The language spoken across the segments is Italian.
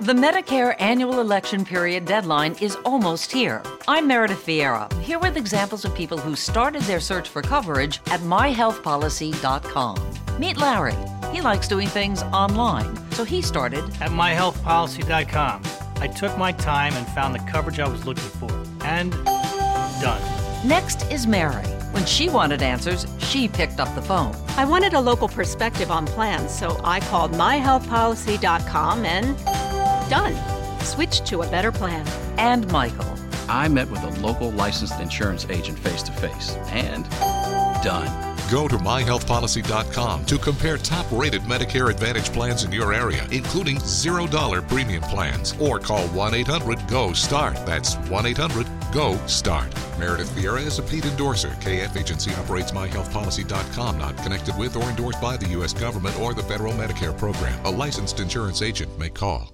The Medicare annual election period deadline is almost here. I'm Meredith Vieira, here with examples of people who started their search for coverage at myhealthpolicy.com. Meet Larry. He likes doing things online, so he started at myhealthpolicy.com. I took my time and found the coverage I was looking for. And done. Next is Mary. When she wanted answers, she picked up the phone. I wanted a local perspective on plans, so I called myhealthpolicy.com and done. Switched to a better plan. And Michael. I met with a local licensed insurance agent face-to-face and done. Go to myhealthpolicy.com to compare top-rated Medicare Advantage plans in your area, including $0 premium plans, or call 1-800-GO-START. That's 1-800-GO-START. Meredith Vieira is a paid endorser. KF Agency operates myhealthpolicy.com, not connected with or endorsed by the U.S. government or the federal Medicare program. A licensed insurance agent may call.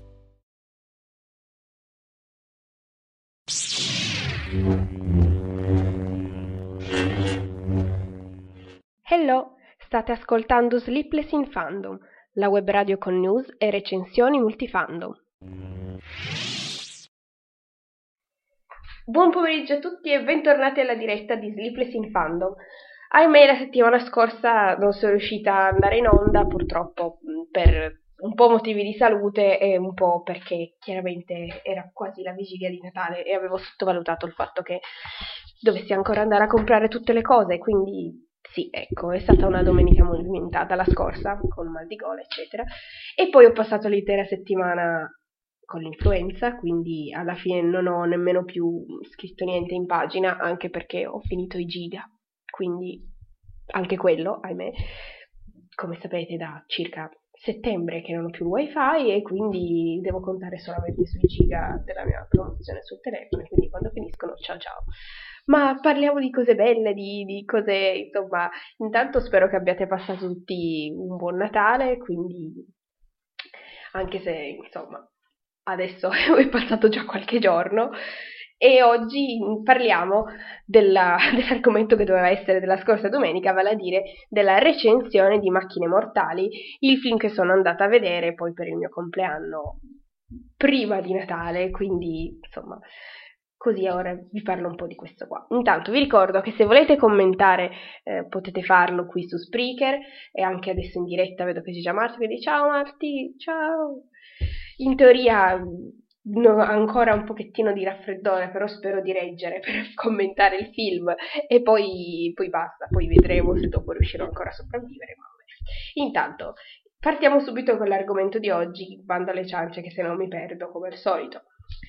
Hello, state ascoltando Sleepless in Fandom, la web radio con news e recensioni multifandom. Buon pomeriggio a tutti e bentornati alla diretta di Sleepless in Fandom. Ahimè, la settimana scorsa non sono riuscita ad andare in onda, purtroppo, per un po' motivi di salute e un po' perché chiaramente era quasi la vigilia di Natale e avevo sottovalutato il fatto che dovessi ancora andare a comprare tutte le cose, quindi sì, ecco, è stata una domenica movimentata la scorsa, con mal di gola, eccetera, e poi ho passato l'intera settimana con l'influenza, quindi alla fine non ho nemmeno più scritto niente in pagina, anche perché ho finito i giga, quindi anche quello, ahimè, come sapete da circa settembre che non ho più il wifi e quindi devo contare solamente sui giga della mia promozione sul telefono, quindi quando finiscono ciao ciao. Ma parliamo di cose belle, di cose, insomma, intanto spero che abbiate passato tutti un buon Natale, quindi anche se, insomma, adesso è passato già qualche giorno e oggi parliamo dell'argomento che doveva essere della scorsa domenica, vale a dire della recensione di Macchine Mortali, il film che sono andata a vedere poi per il mio compleanno prima di Natale, quindi, insomma, così ora vi parlo un po' di questo qua. Intanto vi ricordo che se volete commentare potete farlo qui su Spreaker e anche adesso in diretta vedo che c'è già Marti, quindi ciao Marti, ciao! In teoria ancora un pochettino di raffreddore, però spero di reggere per commentare il film e poi basta, poi vedremo se dopo riuscirò ancora a sopravvivere. Ma vabbè. Intanto partiamo subito con l'argomento di oggi, bando alle ciance che se no mi perdo come al solito.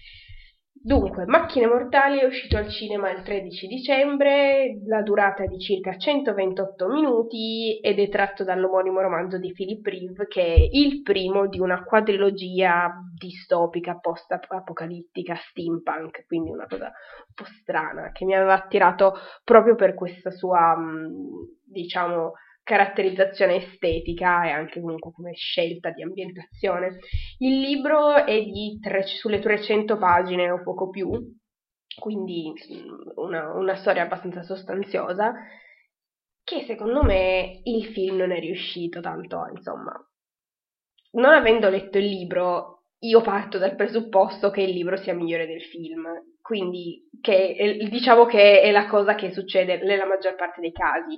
Dunque, Macchine Mortali è uscito al cinema il 13 dicembre, la durata è di circa 128 minuti ed è tratto dall'omonimo romanzo di Philip Reeve, che è il primo di una quadrilogia distopica, post-apocalittica, steampunk, quindi una cosa un po' strana, che mi aveva attirato proprio per questa sua, diciamo, caratterizzazione estetica e anche comunque come scelta di ambientazione. Il libro è sulle 300 pagine o poco più, quindi una storia abbastanza sostanziosa, che secondo me il film non è riuscito tanto, insomma. Non avendo letto il libro, io parto dal presupposto che il libro sia migliore del film, quindi diciamo che è la cosa che succede nella maggior parte dei casi.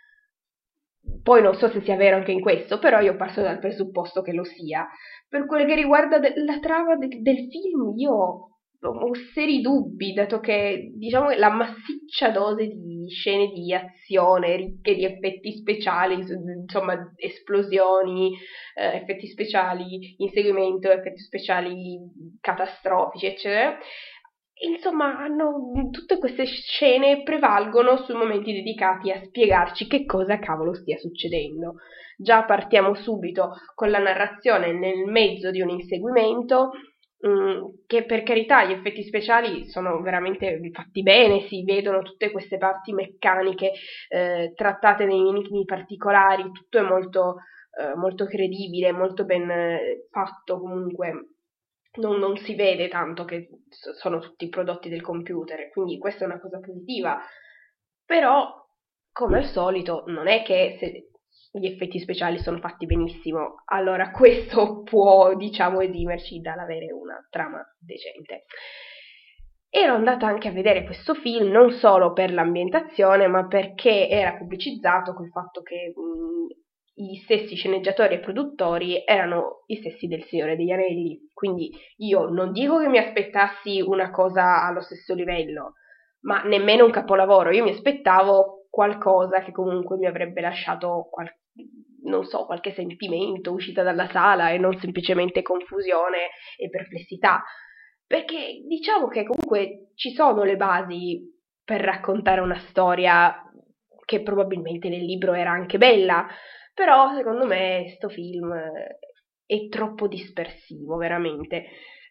Poi non so se sia vero anche in questo, però io parto dal presupposto che lo sia. Per quello che riguarda la trama del film, io ho seri dubbi, dato che, diciamo, la massiccia dose di scene di azione, ricche di effetti speciali, insomma, esplosioni, effetti speciali, inseguimento, effetti speciali catastrofici, eccetera. Insomma, tutte queste scene prevalgono sui momenti dedicati a spiegarci che cosa cavolo stia succedendo. Già partiamo subito con la narrazione nel mezzo di un inseguimento, che per carità gli effetti speciali sono veramente fatti bene, si vedono tutte queste parti meccaniche trattate nei minimi particolari, tutto è molto, molto credibile, molto ben fatto comunque. Non si vede tanto che sono tutti prodotti del computer, quindi questa è una cosa positiva, però come al solito non è che gli effetti speciali sono fatti benissimo, allora questo può, diciamo, esimerci dall'avere una trama decente. Ero andata anche a vedere questo film non solo per l'ambientazione, ma perché era pubblicizzato col fatto che gli stessi sceneggiatori e produttori erano gli stessi del Signore degli Anelli, quindi io non dico che mi aspettassi una cosa allo stesso livello, ma nemmeno un capolavoro. Io mi aspettavo qualcosa che comunque mi avrebbe lasciato qualche sentimento uscita dalla sala e non semplicemente confusione e perplessità, perché diciamo che comunque ci sono le basi per raccontare una storia che probabilmente nel libro era anche bella, però secondo me sto film è troppo dispersivo, veramente.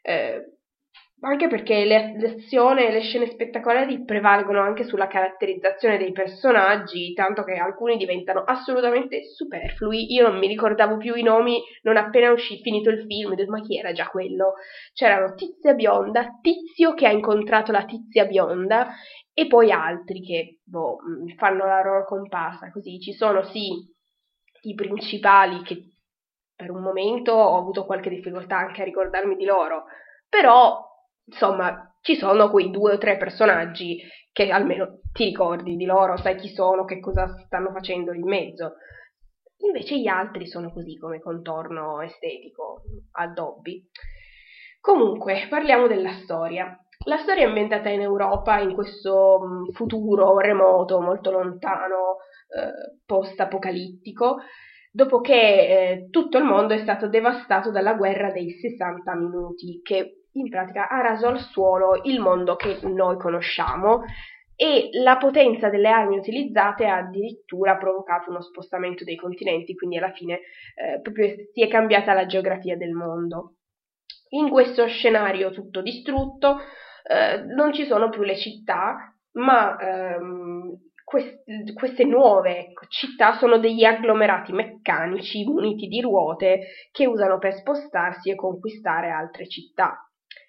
Anche perché l'azione e le scene spettacolari prevalgono anche sulla caratterizzazione dei personaggi, tanto che alcuni diventano assolutamente superflui. Io non mi ricordavo più i nomi non appena finito il film, ho detto, ma chi era già quello? C'erano Tizia Bionda, Tizio che ha incontrato la Tizia Bionda e poi altri che fanno la loro comparsa, così. Ci sono sì i principali che per un momento ho avuto qualche difficoltà anche a ricordarmi di loro, però insomma ci sono quei 2 o 3 personaggi che almeno ti ricordi di loro, sai chi sono, che cosa stanno facendo in mezzo. Invece gli altri sono così come contorno estetico, addobbi. Comunque, parliamo della storia. La storia è ambientata in Europa, in questo futuro remoto, molto lontano, post-apocalittico, dopo che tutto il mondo è stato devastato dalla guerra dei 60 minuti, che in pratica ha raso al suolo il mondo che noi conosciamo, e la potenza delle armi utilizzate ha addirittura provocato uno spostamento dei continenti, quindi alla fine proprio si è cambiata la geografia del mondo. In questo scenario tutto distrutto non ci sono più le città, ma queste nuove città sono degli agglomerati meccanici muniti di ruote che usano per spostarsi e conquistare altre città.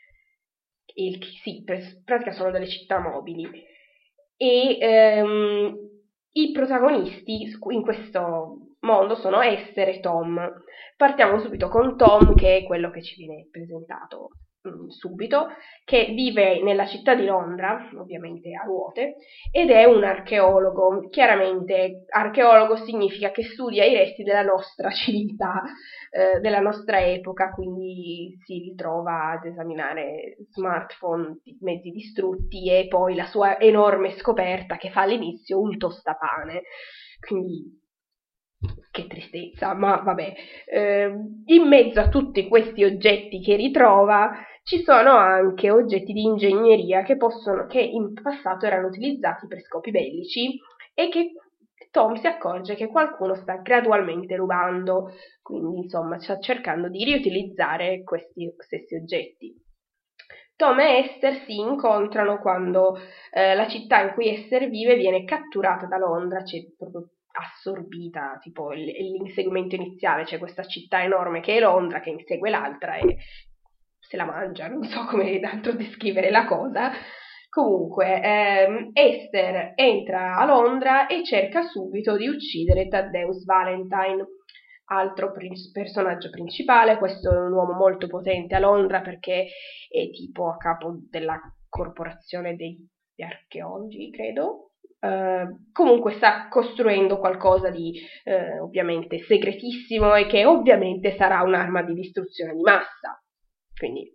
Sì, per pratica sono delle città mobili. E i protagonisti in questo mondo sono Esther e Tom. Partiamo subito con Tom, che è quello che ci viene presentato subito, che vive nella città di Londra, ovviamente a ruote, ed è un archeologo. Chiaramente archeologo significa che studia i resti della nostra civiltà, della nostra epoca, quindi si ritrova ad esaminare smartphone, mezzi distrutti e poi la sua enorme scoperta che fa all'inizio un tostapane. Quindi che tristezza, ma vabbè. In mezzo a tutti questi oggetti che ritrova ci sono anche oggetti di ingegneria che in passato erano utilizzati per scopi bellici e che Tom si accorge che qualcuno sta gradualmente rubando, quindi insomma sta cercando di riutilizzare questi stessi oggetti. Tom e Esther si incontrano quando la città in cui Esther vive viene catturata da Londra, c'è proprio assorbita, tipo l'inseguimento iniziale, c'è questa città enorme che è Londra che insegue l'altra e se la mangia, non so come altro descrivere la cosa. Comunque Esther entra a Londra e cerca subito di uccidere Thaddeus Valentine, altro personaggio principale. Questo è un uomo molto potente a Londra perché è tipo a capo della corporazione degli archeologi, credo. Comunque sta costruendo qualcosa di ovviamente segretissimo e che ovviamente sarà un'arma di distruzione di massa. Quindi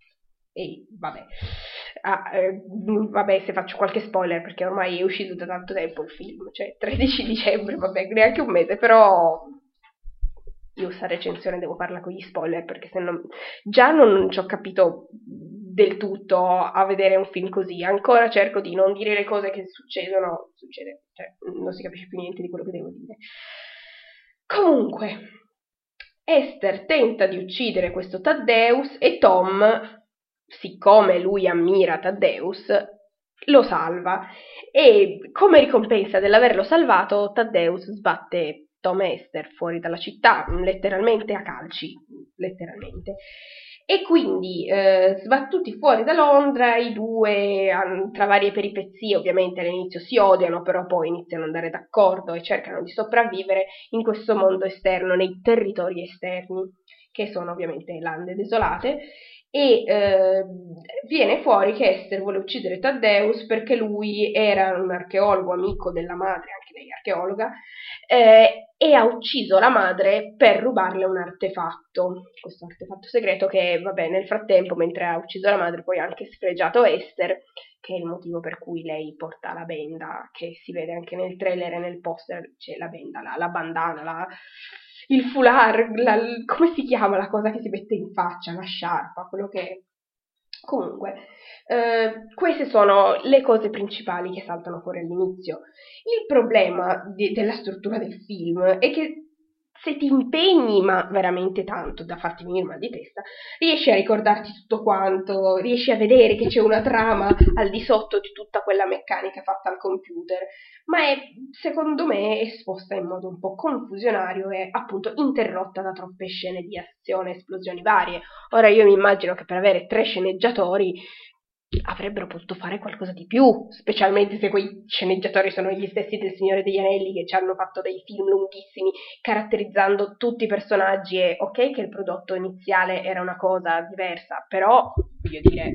vabbè se faccio qualche spoiler perché ormai è uscito da tanto tempo il film, cioè 13 dicembre, vabbè neanche un mese, però io sta recensione devo farla con gli spoiler perché se no già non ci ho capito del tutto a vedere un film così, ancora cerco di non dire le cose che succedono, cioè non si capisce più niente di quello che devo dire. Comunque Esther tenta di uccidere questo Thaddeus e Tom, siccome lui ammira Thaddeus, lo salva e come ricompensa dell'averlo salvato Thaddeus sbatte Tom e Esther fuori dalla città, letteralmente a calci, letteralmente. E quindi, sbattuti fuori da Londra, i due, tra varie peripezie, ovviamente all'inizio si odiano, però poi iniziano ad andare d'accordo e cercano di sopravvivere in questo mondo esterno, nei territori esterni, che sono ovviamente lande desolate. E viene fuori che Esther vuole uccidere Thaddeus perché lui era un archeologo, amico della madre, anche lei archeologa, e ha ucciso la madre per rubarle un artefatto, questo artefatto segreto che, vabbè, nel frattempo, mentre ha ucciso la madre, poi ha anche sfregiato Esther, che è il motivo per cui lei porta la benda, che si vede anche nel trailer e nel poster, c'è la benda, la bandana, il foulard, come si chiama la cosa che si mette in faccia, la sciarpa, quello che è. Comunque, queste sono le cose principali che saltano fuori all'inizio. Il problema della struttura del film è che se ti impegni, ma veramente tanto da farti venire mal di testa, riesci a ricordarti tutto quanto, riesci a vedere che c'è una trama al di sotto di tutta quella meccanica fatta al computer, ma è, secondo me, esposta in modo un po' confusionario e appunto interrotta da troppe scene di azione, esplosioni varie. Ora io mi immagino che per avere 3 sceneggiatori avrebbero potuto fare qualcosa di più, specialmente se quei sceneggiatori sono gli stessi del Signore degli Anelli, che ci hanno fatto dei film lunghissimi caratterizzando tutti i personaggi. E ok che il prodotto iniziale era una cosa diversa, però voglio dire,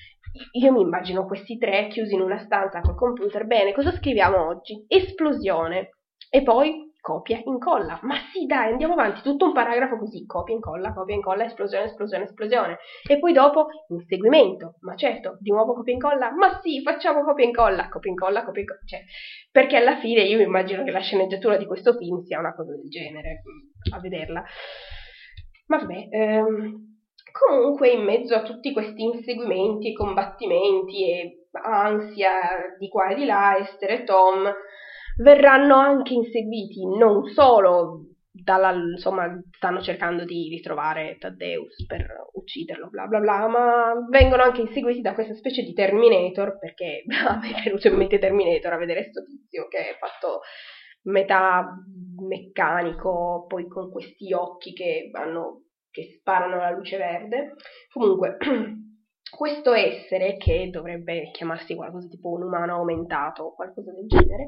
io mi immagino questi 3 chiusi in una stanza col computer. Bene, cosa scriviamo oggi? Esplosione. E poi copia, incolla. Ma sì, dai, andiamo avanti, tutto un paragrafo così, copia, incolla, esplosione, esplosione, esplosione. E poi dopo, inseguimento. Ma certo, di nuovo copia, incolla. Ma sì, facciamo copia, incolla, cioè, perché alla fine io mi immagino che la sceneggiatura di questo film sia una cosa del genere, a vederla. Ma vabbè, comunque in mezzo a tutti questi inseguimenti e combattimenti e ansia di qua e di là, Esther e Tom verranno anche inseguiti non solo insomma, stanno cercando di ritrovare Thaddeus per ucciderlo, bla bla bla, ma vengono anche inseguiti da questa specie di Terminator, perché a me è venuto in mente Terminator a vedere sto tizio che è fatto metà meccanico, poi con questi occhi che sparano la luce verde. Comunque, questo essere, che dovrebbe chiamarsi qualcosa tipo un umano aumentato o qualcosa del genere,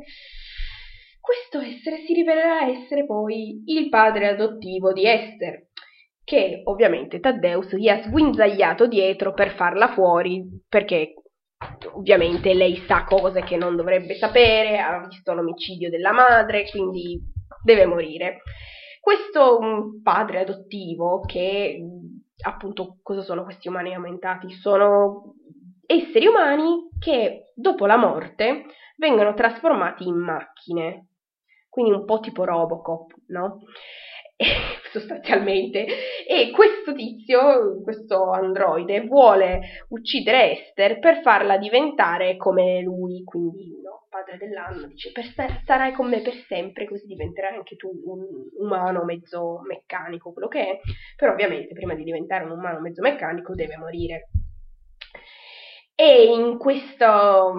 questo essere si rivelerà essere poi il padre adottivo di Esther, che ovviamente Thaddeus gli ha sguinzagliato dietro per farla fuori, perché ovviamente lei sa cose che non dovrebbe sapere, ha visto l'omicidio della madre, quindi deve morire. Questo padre adottivo, che appunto, cosa sono questi umani aumentati? Sono esseri umani che dopo la morte vengono trasformati in macchine, quindi un po' tipo Robocop, no? Sostanzialmente. E questo tizio, questo androide, vuole uccidere Esther per farla diventare come lui, quindi no, padre dell'anno, dice sarai con me per sempre, così diventerai anche tu un umano mezzo meccanico, quello che è, però ovviamente prima di diventare un umano mezzo meccanico deve morire. E in questo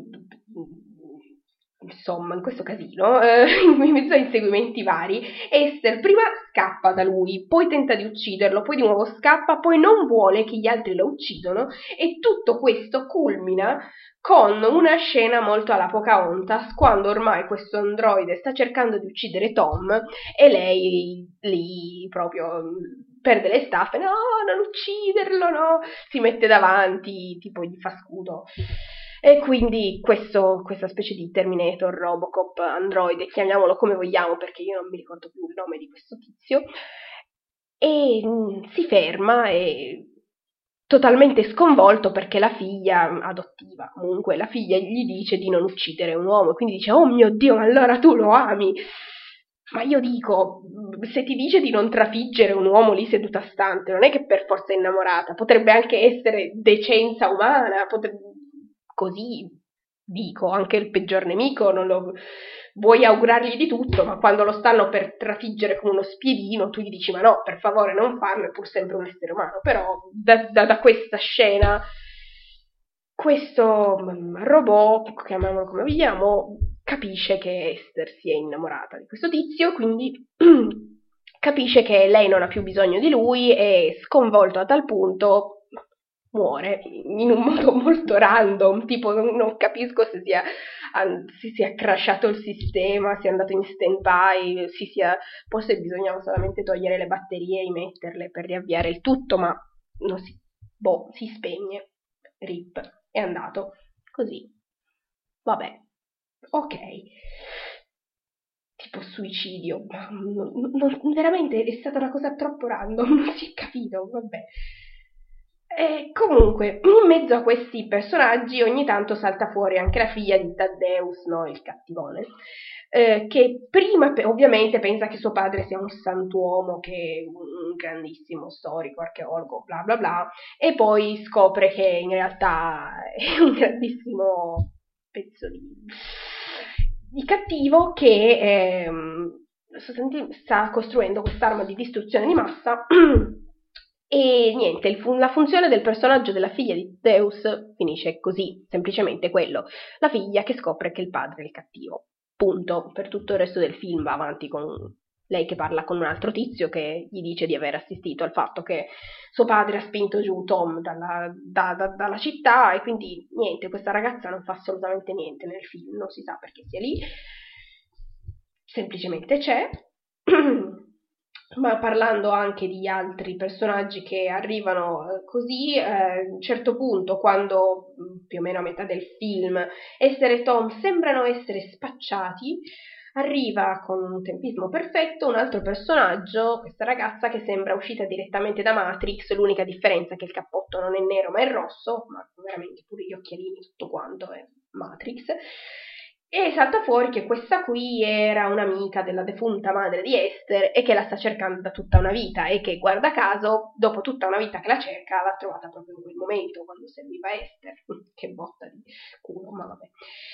casino, in mezzo a inseguimenti vari, Esther prima scappa da lui, poi tenta di ucciderlo, poi di nuovo scappa, poi non vuole che gli altri lo uccidono, e tutto questo culmina con una scena molto alla Pocahontas, quando ormai questo androide sta cercando di uccidere Tom e lei lì proprio perde le staffe, no, non ucciderlo, no, si mette davanti, tipo gli fa scudo. E quindi questa specie di Terminator, Robocop, androide, chiamiamolo come vogliamo perché io non mi ricordo più il nome di questo tizio, e si ferma e totalmente sconvolto perché la figlia adottiva, comunque la figlia gli dice di non uccidere un uomo, quindi dice: oh mio Dio, ma allora tu lo ami. Ma io dico, se ti dice di non trafiggere un uomo lì seduta stante, non è che per forza è innamorata, potrebbe anche essere decenza umana, così dico, anche il peggior nemico non lo vuoi augurargli di tutto, ma quando lo stanno per trafiggere come uno spiedino tu gli dici: ma no, per favore non farlo, è pur sempre un essere umano. Però da questa scena questo robot, chiamiamolo come vogliamo, capisce che Esther si è innamorata di questo tizio, quindi capisce che lei non ha più bisogno di lui e, sconvolto a tal punto, muore in un modo molto random, tipo non capisco se si sia crashato il sistema, sia andato in stand-by, forse bisognava solamente togliere le batterie e rimetterle per riavviare il tutto, ma non si spegne, rip, è andato, così, vabbè, ok, tipo suicidio, veramente è stata una cosa troppo random, non si è capito, vabbè. E comunque, in mezzo a questi personaggi ogni tanto salta fuori anche la figlia di Thaddeus, no, il cattivone, che prima ovviamente pensa che suo padre sia un santuomo, che è un grandissimo storico, archeologo, bla bla bla, e poi scopre che in realtà è un grandissimo pezzo di cattivo che sta costruendo quest'arma di distruzione di massa. E niente, la funzione del personaggio della figlia di Zeus finisce così, semplicemente quello, la figlia che scopre che il padre è il cattivo, punto. Per tutto il resto del film va avanti con lei che parla con un altro tizio che gli dice di aver assistito al fatto che suo padre ha spinto giù Tom dalla città, e quindi niente, questa ragazza non fa assolutamente niente nel film, non si sa perché sia lì, semplicemente c'è. Ma parlando anche di altri personaggi che arrivano così, a un certo punto, quando più o meno a metà del film Esther e Tom sembrano essere spacciati, arriva con un tempismo perfetto un altro personaggio, questa ragazza che sembra uscita direttamente da Matrix, l'unica differenza è che il cappotto non è nero ma è rosso, ma veramente pure gli occhialini, tutto quanto è Matrix. E salta fuori che questa qui era un'amica della defunta madre di Esther e che la sta cercando da tutta una vita, e che, guarda caso, dopo tutta una vita che la cerca, l'ha trovata proprio in quel momento, quando serviva Esther. Che botta di culo, ma vabbè.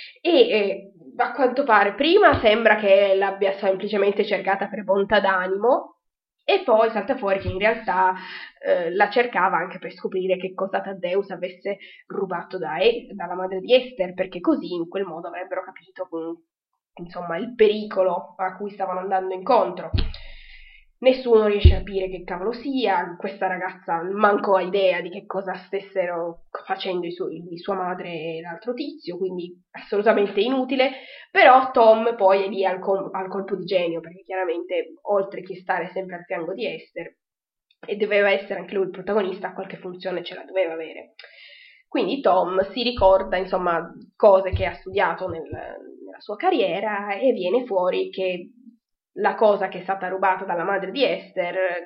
E a quanto pare prima sembra che l'abbia semplicemente cercata per bontà d'animo, e poi salta fuori che in realtà la cercava anche per scoprire che cosa Thaddeus avesse rubato dalla madre di Esther, perché così in quel modo avrebbero capito insomma il pericolo a cui stavano andando incontro. Nessuno riesce a capire che cavolo sia, questa ragazza manco ha idea di che cosa stessero facendo sua madre e l'altro tizio, quindi assolutamente inutile, però Tom poi è lì al colpo di genio, perché chiaramente oltre che stare sempre al fianco di Esther, e doveva essere anche lui il protagonista, qualche funzione ce la doveva avere. Quindi Tom si ricorda, insomma, cose che ha studiato nella sua carriera, e viene fuori che la cosa che è stata rubata dalla madre di Esther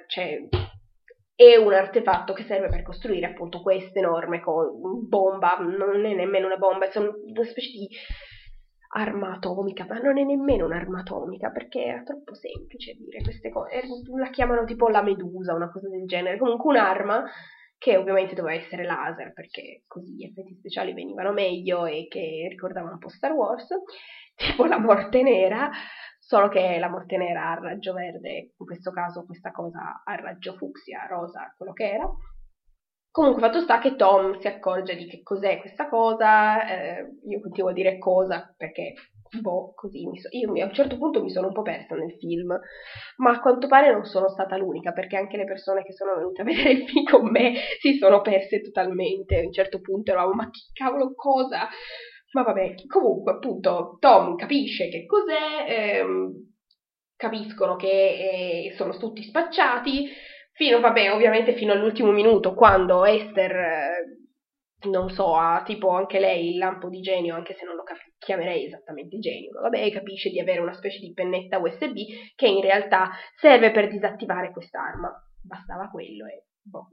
è un artefatto che serve per costruire appunto questa enorme bomba, non è nemmeno una bomba, è una specie di arma atomica, ma non è nemmeno un'arma atomica, perché era troppo semplice dire queste cose, la chiamano tipo la medusa, una cosa del genere, comunque un'arma che ovviamente doveva essere laser, perché così gli effetti speciali venivano meglio e che ricordavano un po' Star Wars, tipo la morte nera, solo che la morte nera a raggio verde, in questo caso questa cosa a raggio fucsia, rosa, quello che era. Comunque fatto sta che Tom si accorge di che cos'è questa cosa, io continuo a dire cosa perché così io a un certo punto mi sono un po' persa nel film, ma a quanto pare non sono stata l'unica, perché anche le persone che sono venute a vedere il film con me si sono perse totalmente. A un certo punto eravamo, ma che cavolo cosa? Ma vabbè, comunque appunto Tom capisce che cos'è, capiscono che sono tutti spacciati, ovviamente fino all'ultimo minuto, quando Esther, non so, ha tipo anche lei il lampo di genio, anche se non lo chiamerei esattamente genio, ma vabbè, capisce di avere una specie di pennetta USB che in realtà serve per disattivare quest'arma, bastava quello e boh.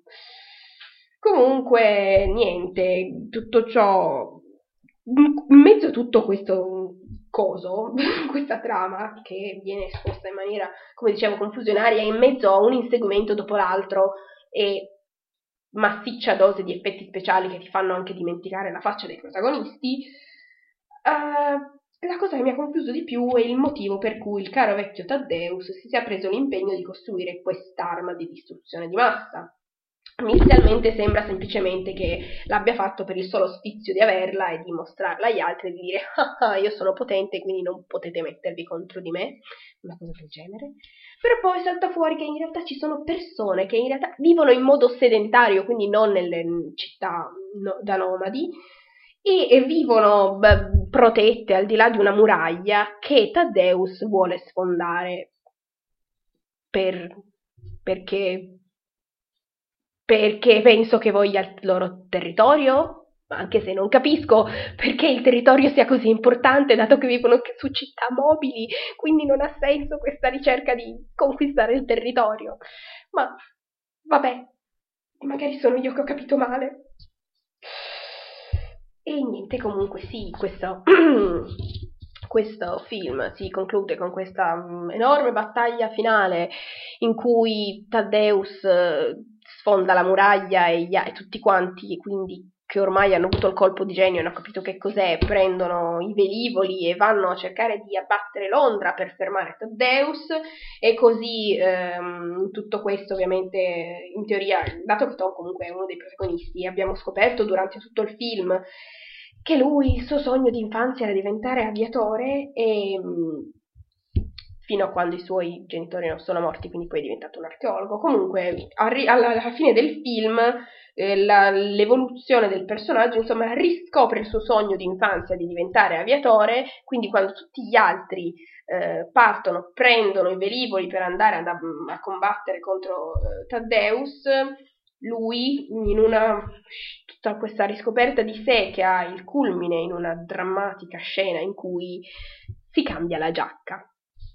Comunque, niente, tutto ciò, in mezzo a tutto questo coso, questa trama che viene esposta in maniera, come dicevo, confusionaria, in mezzo a un inseguimento dopo l'altro e massiccia dose di effetti speciali che ti fanno anche dimenticare la faccia dei protagonisti, la cosa che mi ha confuso di più è il motivo per cui il caro vecchio Thaddeus si sia preso l'impegno di costruire quest'arma di distruzione di massa. inizialmente sembra semplicemente che l'abbia fatto per il solo sfizio di averla e di mostrarla agli altri e di dire io sono potente, quindi non potete mettervi contro di me, una cosa del genere. Però poi salta fuori che in realtà ci sono persone che in realtà vivono in modo sedentario, quindi non nelle città da nomadi, e vivono protette al di là di una muraglia che Thaddeus vuole sfondare perché penso che voglia il loro territorio, anche se non capisco perché il territorio sia così importante, dato che vivono su città mobili, quindi non ha senso questa ricerca di conquistare il territorio. Ma vabbè, magari sono io che ho capito male. E niente, comunque sì, questo film si conclude con questa enorme battaglia finale in cui Thaddeus sfonda la muraglia e tutti quanti, quindi che ormai hanno avuto il colpo di genio e hanno capito che cos'è, prendono i velivoli e vanno a cercare di abbattere Londra per fermare Thaddeus, e così tutto questo ovviamente in teoria, dato che Tom comunque è uno dei protagonisti, abbiamo scoperto durante tutto il film che lui, il suo sogno di infanzia era diventare aviatore, e fino a quando i suoi genitori non sono morti, quindi poi è diventato un archeologo. Comunque alla fine del film l'evoluzione del personaggio insomma riscopre il suo sogno di infanzia di diventare aviatore, quindi quando tutti gli altri partono, prendono i velivoli per andare a combattere contro Thaddeus, lui, tutta questa riscoperta di sé che ha il culmine in una drammatica scena in cui si cambia la giacca.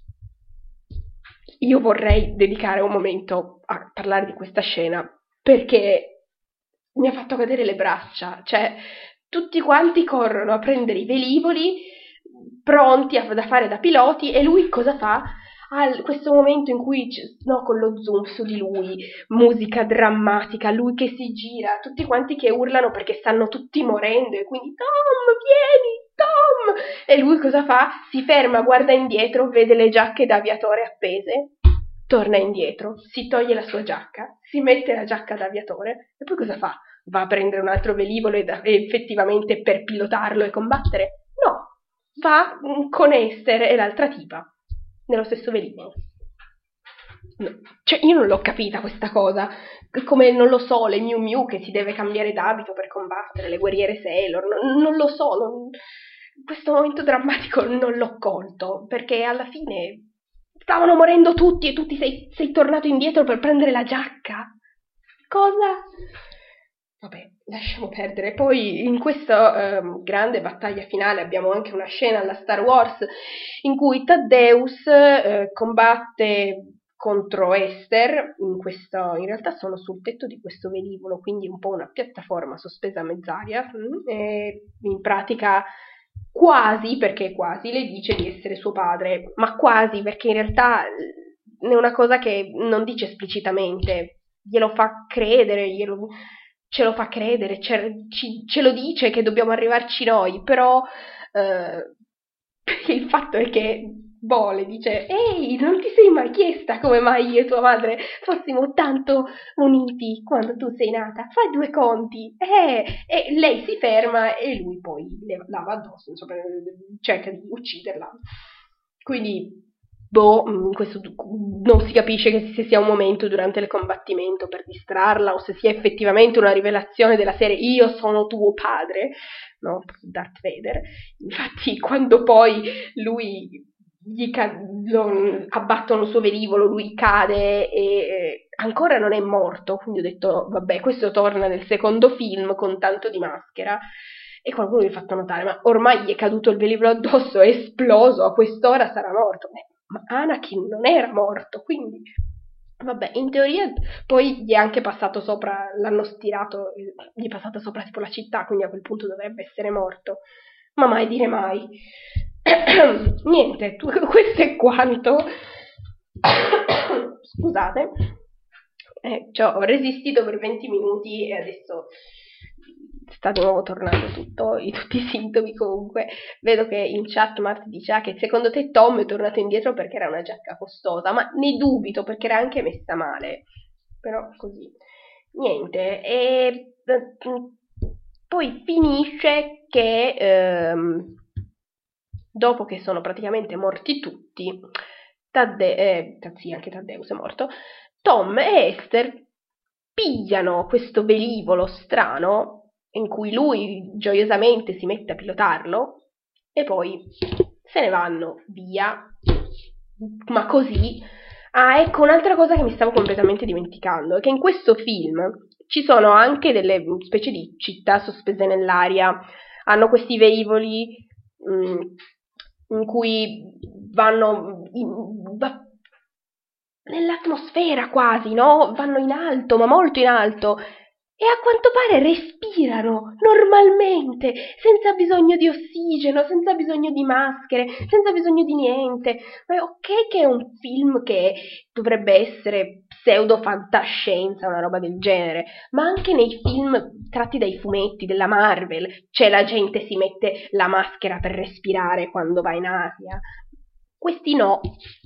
Io vorrei dedicare un momento a parlare di questa scena perché mi ha fatto cadere le braccia, cioè tutti quanti corrono a prendere i velivoli pronti da fare da piloti, e lui cosa fa? Questo momento in cui, con lo zoom su di lui, musica drammatica, lui che si gira, tutti quanti che urlano perché stanno tutti morendo, e quindi Tom, vieni, Tom! E lui cosa fa? Si ferma, guarda indietro, vede le giacche da aviatore appese, torna indietro, si toglie la sua giacca, si mette la giacca da aviatore, e poi cosa fa? Va a prendere un altro velivolo e effettivamente per pilotarlo e combattere? No, va con Esther e l'altra tipa nello stesso velivolo. No. Cioè, io non l'ho capita questa cosa, come non lo so, le Miu Miu che si deve cambiare d'abito per combattere, le guerriere Sailor, non lo so, questo momento drammatico non l'ho colto, perché alla fine stavano morendo tutti e tu sei tornato indietro per prendere la giacca. Cosa? Vabbè, lasciamo perdere. Poi in questa grande battaglia finale abbiamo anche una scena alla Star Wars in cui Thaddeus combatte contro Esther, in realtà sono sul tetto di questo velivolo, quindi un po' una piattaforma sospesa a mezz'aria, e in pratica quasi, perché quasi, le dice di essere suo padre, ma quasi perché in realtà è una cosa che non dice esplicitamente, glielo fa credere, ce lo fa credere, ce lo dice che dobbiamo arrivarci noi, però il fatto è che le dice ehi, non ti sei mai chiesta come mai io e tua madre fossimo tanto uniti quando tu sei nata? Fai due conti. E lei si ferma e lui poi le lava addosso, insomma, cerca di ucciderla. Quindi questo non si capisce se sia un momento durante il combattimento per distrarla o se sia effettivamente una rivelazione della serie io sono tuo padre, no? Darth Vader. Infatti quando poi lui abbattono il suo velivolo, lui cade e ancora non è morto, quindi ho detto vabbè, questo torna nel secondo film con tanto di maschera, e qualcuno mi ha fatto notare ma ormai gli è caduto il velivolo addosso, è esploso, a quest'ora sarà morto. Ma Anakin non era morto, quindi vabbè, in teoria poi gli è anche passato sopra, l'hanno stirato, gli è passata sopra tipo la città, quindi a quel punto dovrebbe essere morto, ma mai dire mai. Niente, questo è quanto. Scusate, ho resistito per 20 minuti e adesso sta di nuovo tornando tutti i sintomi. Comunque vedo che in chat Marti dice che secondo te Tom è tornato indietro perché era una giacca costosa, ma ne dubito perché era anche messa male, però così. niente, e poi finisce che dopo che sono praticamente morti tutti, sì, anche Taddeus è morto, Tom e Esther pigliano questo velivolo strano in cui lui gioiosamente si mette a pilotarlo e poi se ne vanno via, ma così. Ah, ecco, un'altra cosa che mi stavo completamente dimenticando è che in questo film ci sono anche delle specie di città sospese nell'aria, hanno questi velivoli in cui vanno nell'atmosfera quasi, no? Vanno in alto, ma molto in alto, e a quanto pare respirano normalmente, senza bisogno di ossigeno, senza bisogno di maschere, senza bisogno di niente. Ma ok che è un film che dovrebbe essere pseudo fantascienza, una roba del genere, ma anche nei film tratti dai fumetti della Marvel, la gente si mette la maschera per respirare quando va in aria. Questi no.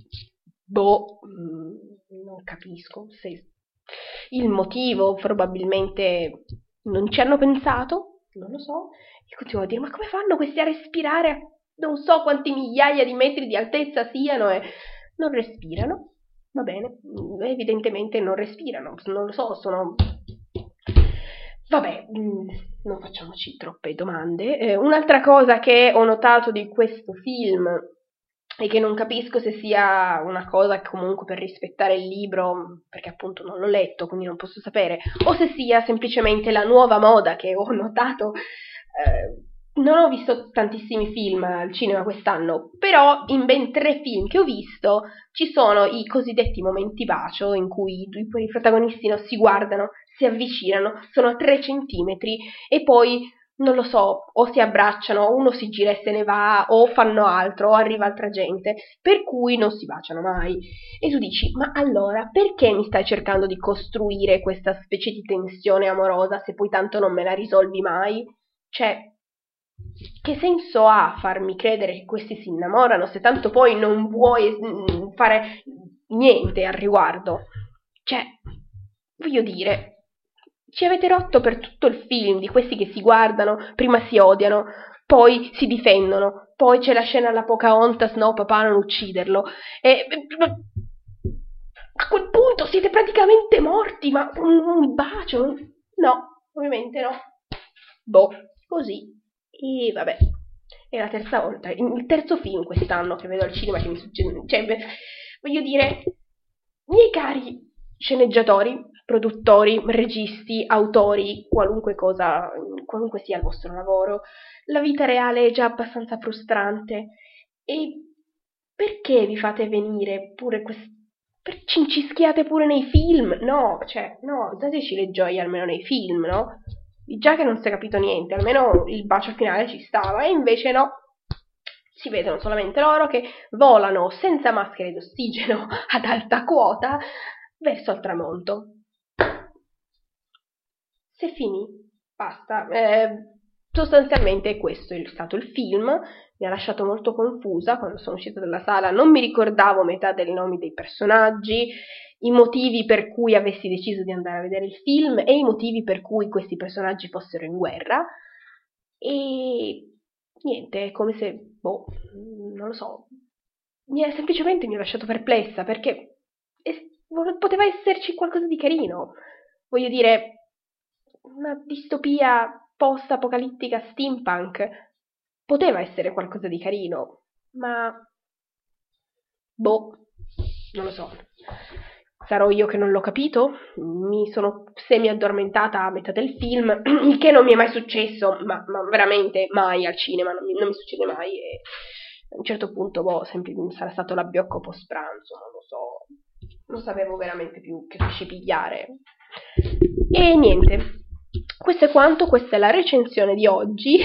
Non capisco se il motivo, probabilmente non ci hanno pensato, non lo so. Io continuo a dire, ma come fanno questi a respirare a non so quanti migliaia di metri di altezza siano e non respirano? Va bene, evidentemente non respirano, non lo so, sono... Vabbè, non facciamoci troppe domande. Un'altra cosa che ho notato di questo film e che non capisco se sia una cosa che comunque per rispettare il libro, perché appunto non l'ho letto, quindi non posso sapere, o se sia semplicemente la nuova moda che ho notato. Non ho visto tantissimi film al cinema quest'anno, però in ben 3 film che ho visto ci sono i cosiddetti momenti bacio, in cui i protagonisti non si guardano, si avvicinano, sono a 3 centimetri e poi non lo so, o si abbracciano, uno si gira e se ne va, o fanno altro, o arriva altra gente, per cui non si baciano mai. E tu dici, ma allora perché mi stai cercando di costruire questa specie di tensione amorosa se poi tanto non me la risolvi mai? Cioè, che senso ha farmi credere che questi si innamorano se tanto poi non vuoi fare niente al riguardo? Cioè, voglio dire... Ci avete rotto per tutto il film di questi che si guardano, prima si odiano, poi si difendono, poi c'è la scena alla Pocahontas, no papà non ucciderlo, e a quel punto siete praticamente morti, ma un bacio? No, ovviamente no. Così. E vabbè, è la terza volta, il terzo film quest'anno che vedo al cinema che mi succede, cioè, voglio dire, miei cari sceneggiatori, produttori, registi, autori, qualunque cosa, qualunque sia il vostro lavoro, la vita reale è già abbastanza frustrante e perché vi fate venire pure cincischiate pure nei film? No, cioè, no, dateci le gioie almeno nei film, no? Già che non si è capito niente, almeno il bacio finale ci stava, e invece no. Si vedono solamente loro che volano senza maschere d'ossigeno ad alta quota verso il tramonto. Se finì, basta. Sostanzialmente questo è stato il film, mi ha lasciato molto confusa quando sono uscita dalla sala, non mi ricordavo metà dei nomi dei personaggi, i motivi per cui avessi deciso di andare a vedere il film e i motivi per cui questi personaggi fossero in guerra, e niente, è come se, non lo so, semplicemente mi ha lasciato perplessa, perché poteva esserci qualcosa di carino, voglio dire, una distopia post-apocalittica steampunk poteva essere qualcosa di carino, ma non lo so. Sarò io che non l'ho capito? Mi sono semi-addormentata a metà del film, il che non mi è mai successo, ma veramente mai al cinema, non mi succede mai, e a un certo punto, sarà stato l'abbiocco post pranzo, non lo so, non sapevo veramente più che pesci pigliare. E niente, questo è quanto, questa è la recensione di oggi.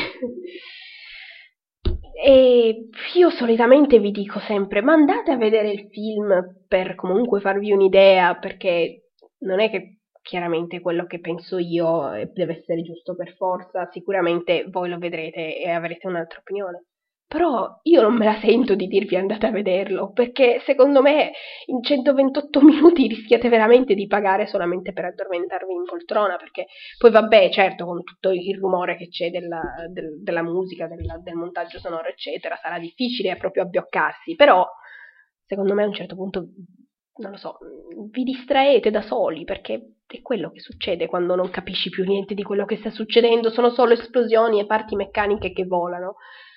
E io solitamente vi dico sempre, ma andate a vedere il film per comunque farvi un'idea, perché non è che chiaramente quello che penso io deve essere giusto per forza, sicuramente voi lo vedrete e avrete un'altra opinione, però io non me la sento di dirvi andate a vederlo, perché secondo me in 128 minuti rischiate veramente di pagare solamente per addormentarvi in poltrona, perché poi vabbè, certo, con tutto il rumore che c'è della musica, del montaggio sonoro, eccetera, sarà difficile proprio abbioccarsi, però secondo me a un certo punto, non lo so, vi distraete da soli, perché è quello che succede quando non capisci più niente di quello che sta succedendo, sono solo esplosioni e parti meccaniche che volano.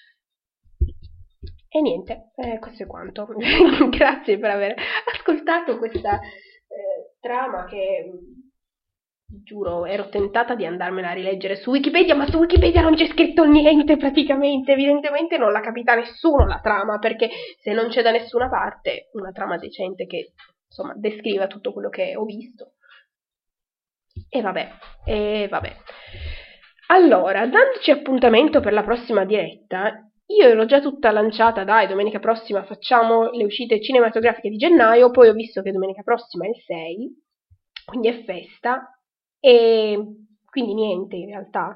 E niente, questo è quanto. Grazie per aver ascoltato questa trama che, giuro, ero tentata di andarmela a rileggere su Wikipedia, ma su Wikipedia non c'è scritto niente praticamente, evidentemente non l'ha capita nessuno la trama, perché se non c'è da nessuna parte una trama decente che, insomma, descriva tutto quello che ho visto. E vabbè. Allora, dandoci appuntamento per la prossima diretta, io ero già tutta lanciata, dai, domenica prossima facciamo le uscite cinematografiche di gennaio, poi ho visto che domenica prossima è il 6, quindi è festa, e quindi niente in realtà.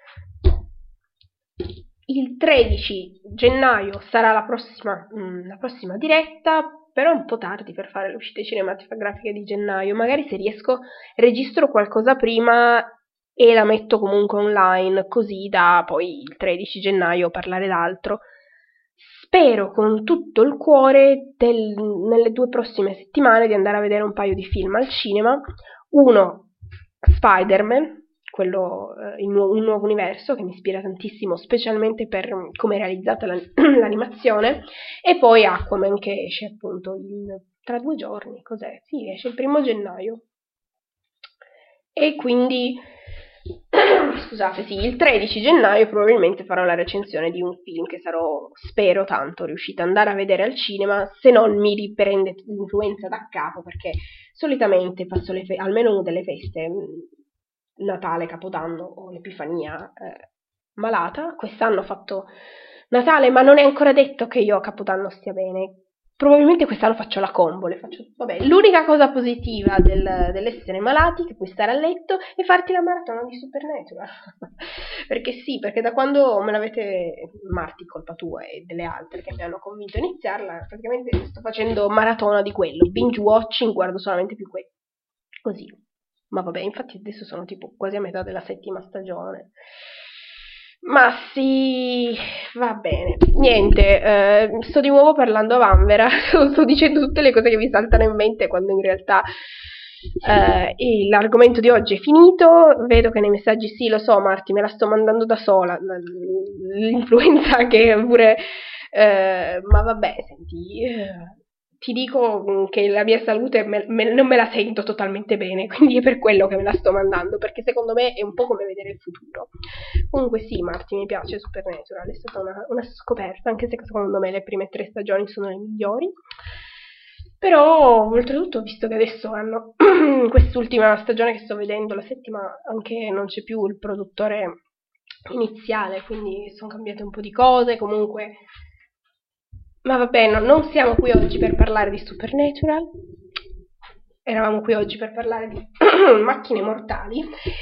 Il 13 gennaio sarà la prossima diretta, però è un po' tardi per fare le uscite cinematografiche di gennaio, magari se riesco registro qualcosa prima e la metto comunque online, così da poi il 13 gennaio parlare d'altro. Spero con tutto il cuore nelle 2 prossime settimane di andare a vedere un paio di film al cinema. Uno, Spider-Man, quello un nuovo universo che mi ispira tantissimo, specialmente per come è realizzata l'animazione, e poi Aquaman che esce appunto tra 2 giorni, cos'è? Sì, esce il 1 gennaio. E quindi scusate, sì, il 13 gennaio probabilmente farò la recensione di un film che sarò, spero tanto, riuscita ad andare a vedere al cinema, se non mi riprende l'influenza da capo, perché solitamente passo almeno una delle feste, Natale, Capodanno o l'Epifania, malata. Quest'anno ho fatto Natale, ma non è ancora detto che io a Capodanno stia bene. Probabilmente quest'anno faccio la combo, vabbè, l'unica cosa positiva dell'essere malati, che puoi stare a letto, e farti la maratona di Supernatural. Perché sì, perché da quando me l'avete, Marti, colpa tua e delle altre che mi hanno convinto a iniziarla, praticamente sto facendo maratona di quello, binge watching, guardo solamente più quello. Così. Ma vabbè, infatti adesso sono tipo quasi a metà della 7ª stagione. Ma sì, va bene. Niente, sto di nuovo parlando a vanvera, sto dicendo tutte le cose che mi saltano in mente quando in realtà l'argomento di oggi è finito. Vedo che nei messaggi, sì, lo so Marti, me la sto mandando da sola, l'influenza che pure, ma vabbè, senti, ti dico che la mia salute non me la sento totalmente bene, quindi è per quello che me la sto mandando, perché secondo me è un po' come vedere il futuro. Comunque sì, Marti, mi piace Supernatural, è stata una scoperta, anche se secondo me le prime 3 stagioni sono le migliori. Però, oltretutto, visto che adesso hanno quest'ultima stagione che sto vedendo, la 7ª, anche non c'è più il produttore iniziale, quindi sono cambiate un po' di cose, comunque. Ma vabbè, non siamo qui oggi per parlare di Supernatural, eravamo qui oggi per parlare di Macchine Mortali,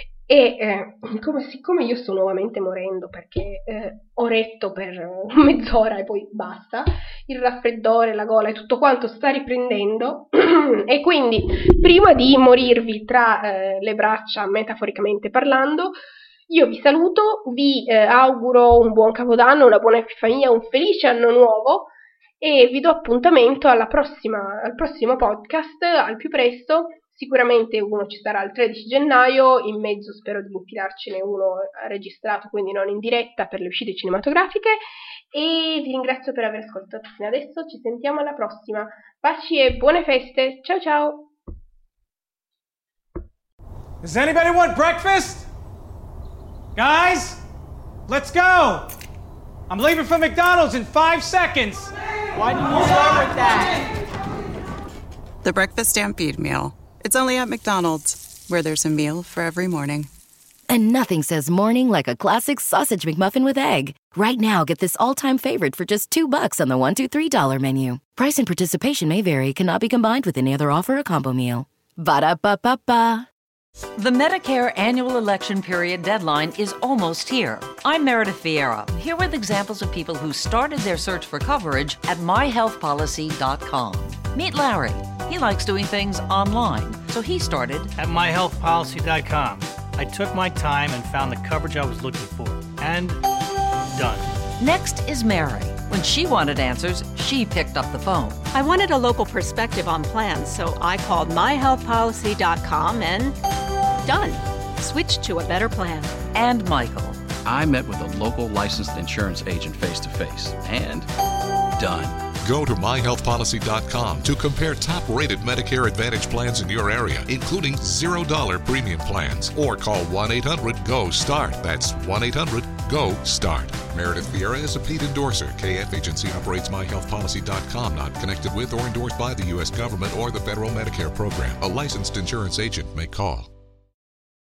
e siccome io sto nuovamente morendo perché ho retto per mezz'ora e poi basta, il raffreddore, la gola e tutto quanto sta riprendendo, e quindi prima di morirvi tra le braccia, metaforicamente parlando, io vi saluto, vi auguro un buon Capodanno, una buona Epifania, un felice anno nuovo, e vi do appuntamento al prossimo podcast, al più presto. Sicuramente uno ci sarà il 13 gennaio, in mezzo spero di infilarcene uno registrato, quindi non in diretta, per le uscite cinematografiche, e vi ringrazio per aver ascoltato fino adesso, ci sentiamo alla prossima, baci e buone feste, ciao ciao! Does anybody want breakfast? Guys, let's go! I'm leaving for McDonald's in 5 seconds! Why didn't you start with that? The Breakfast Stampede Meal. It's only at McDonald's, where there's a meal for every morning. And nothing says morning like a classic sausage McMuffin with egg. Right now, get this all-time favorite for just $2 on the $1, $2, $3 menu. Price and participation may vary. Cannot be combined with any other offer or combo meal. Ba-da-ba-ba-ba. The Medicare annual election period deadline is almost here. I'm Meredith Vieira, here with examples of people who started their search for coverage at myhealthpolicy.com. Meet Larry. He likes doing things online, so he started at myhealthpolicy.com. I took my time and found the coverage I was looking for. And done. Next is Mary. When she wanted answers, she picked up the phone. I wanted a local perspective on plans, so I called myhealthpolicy.com and done. Switched to a better plan. And Michael. I met with a local licensed insurance agent face-to-face. And done. Go to myhealthpolicy.com to compare top-rated Medicare Advantage plans in your area, including $0 premium plans, or call 1-800-GO-START. That's 1-800-GO-START. Meredith Vieira is a paid endorser. KF Agency operates myhealthpolicy.com, not connected with or endorsed by the U.S. government or the federal Medicare program. A licensed insurance agent may call.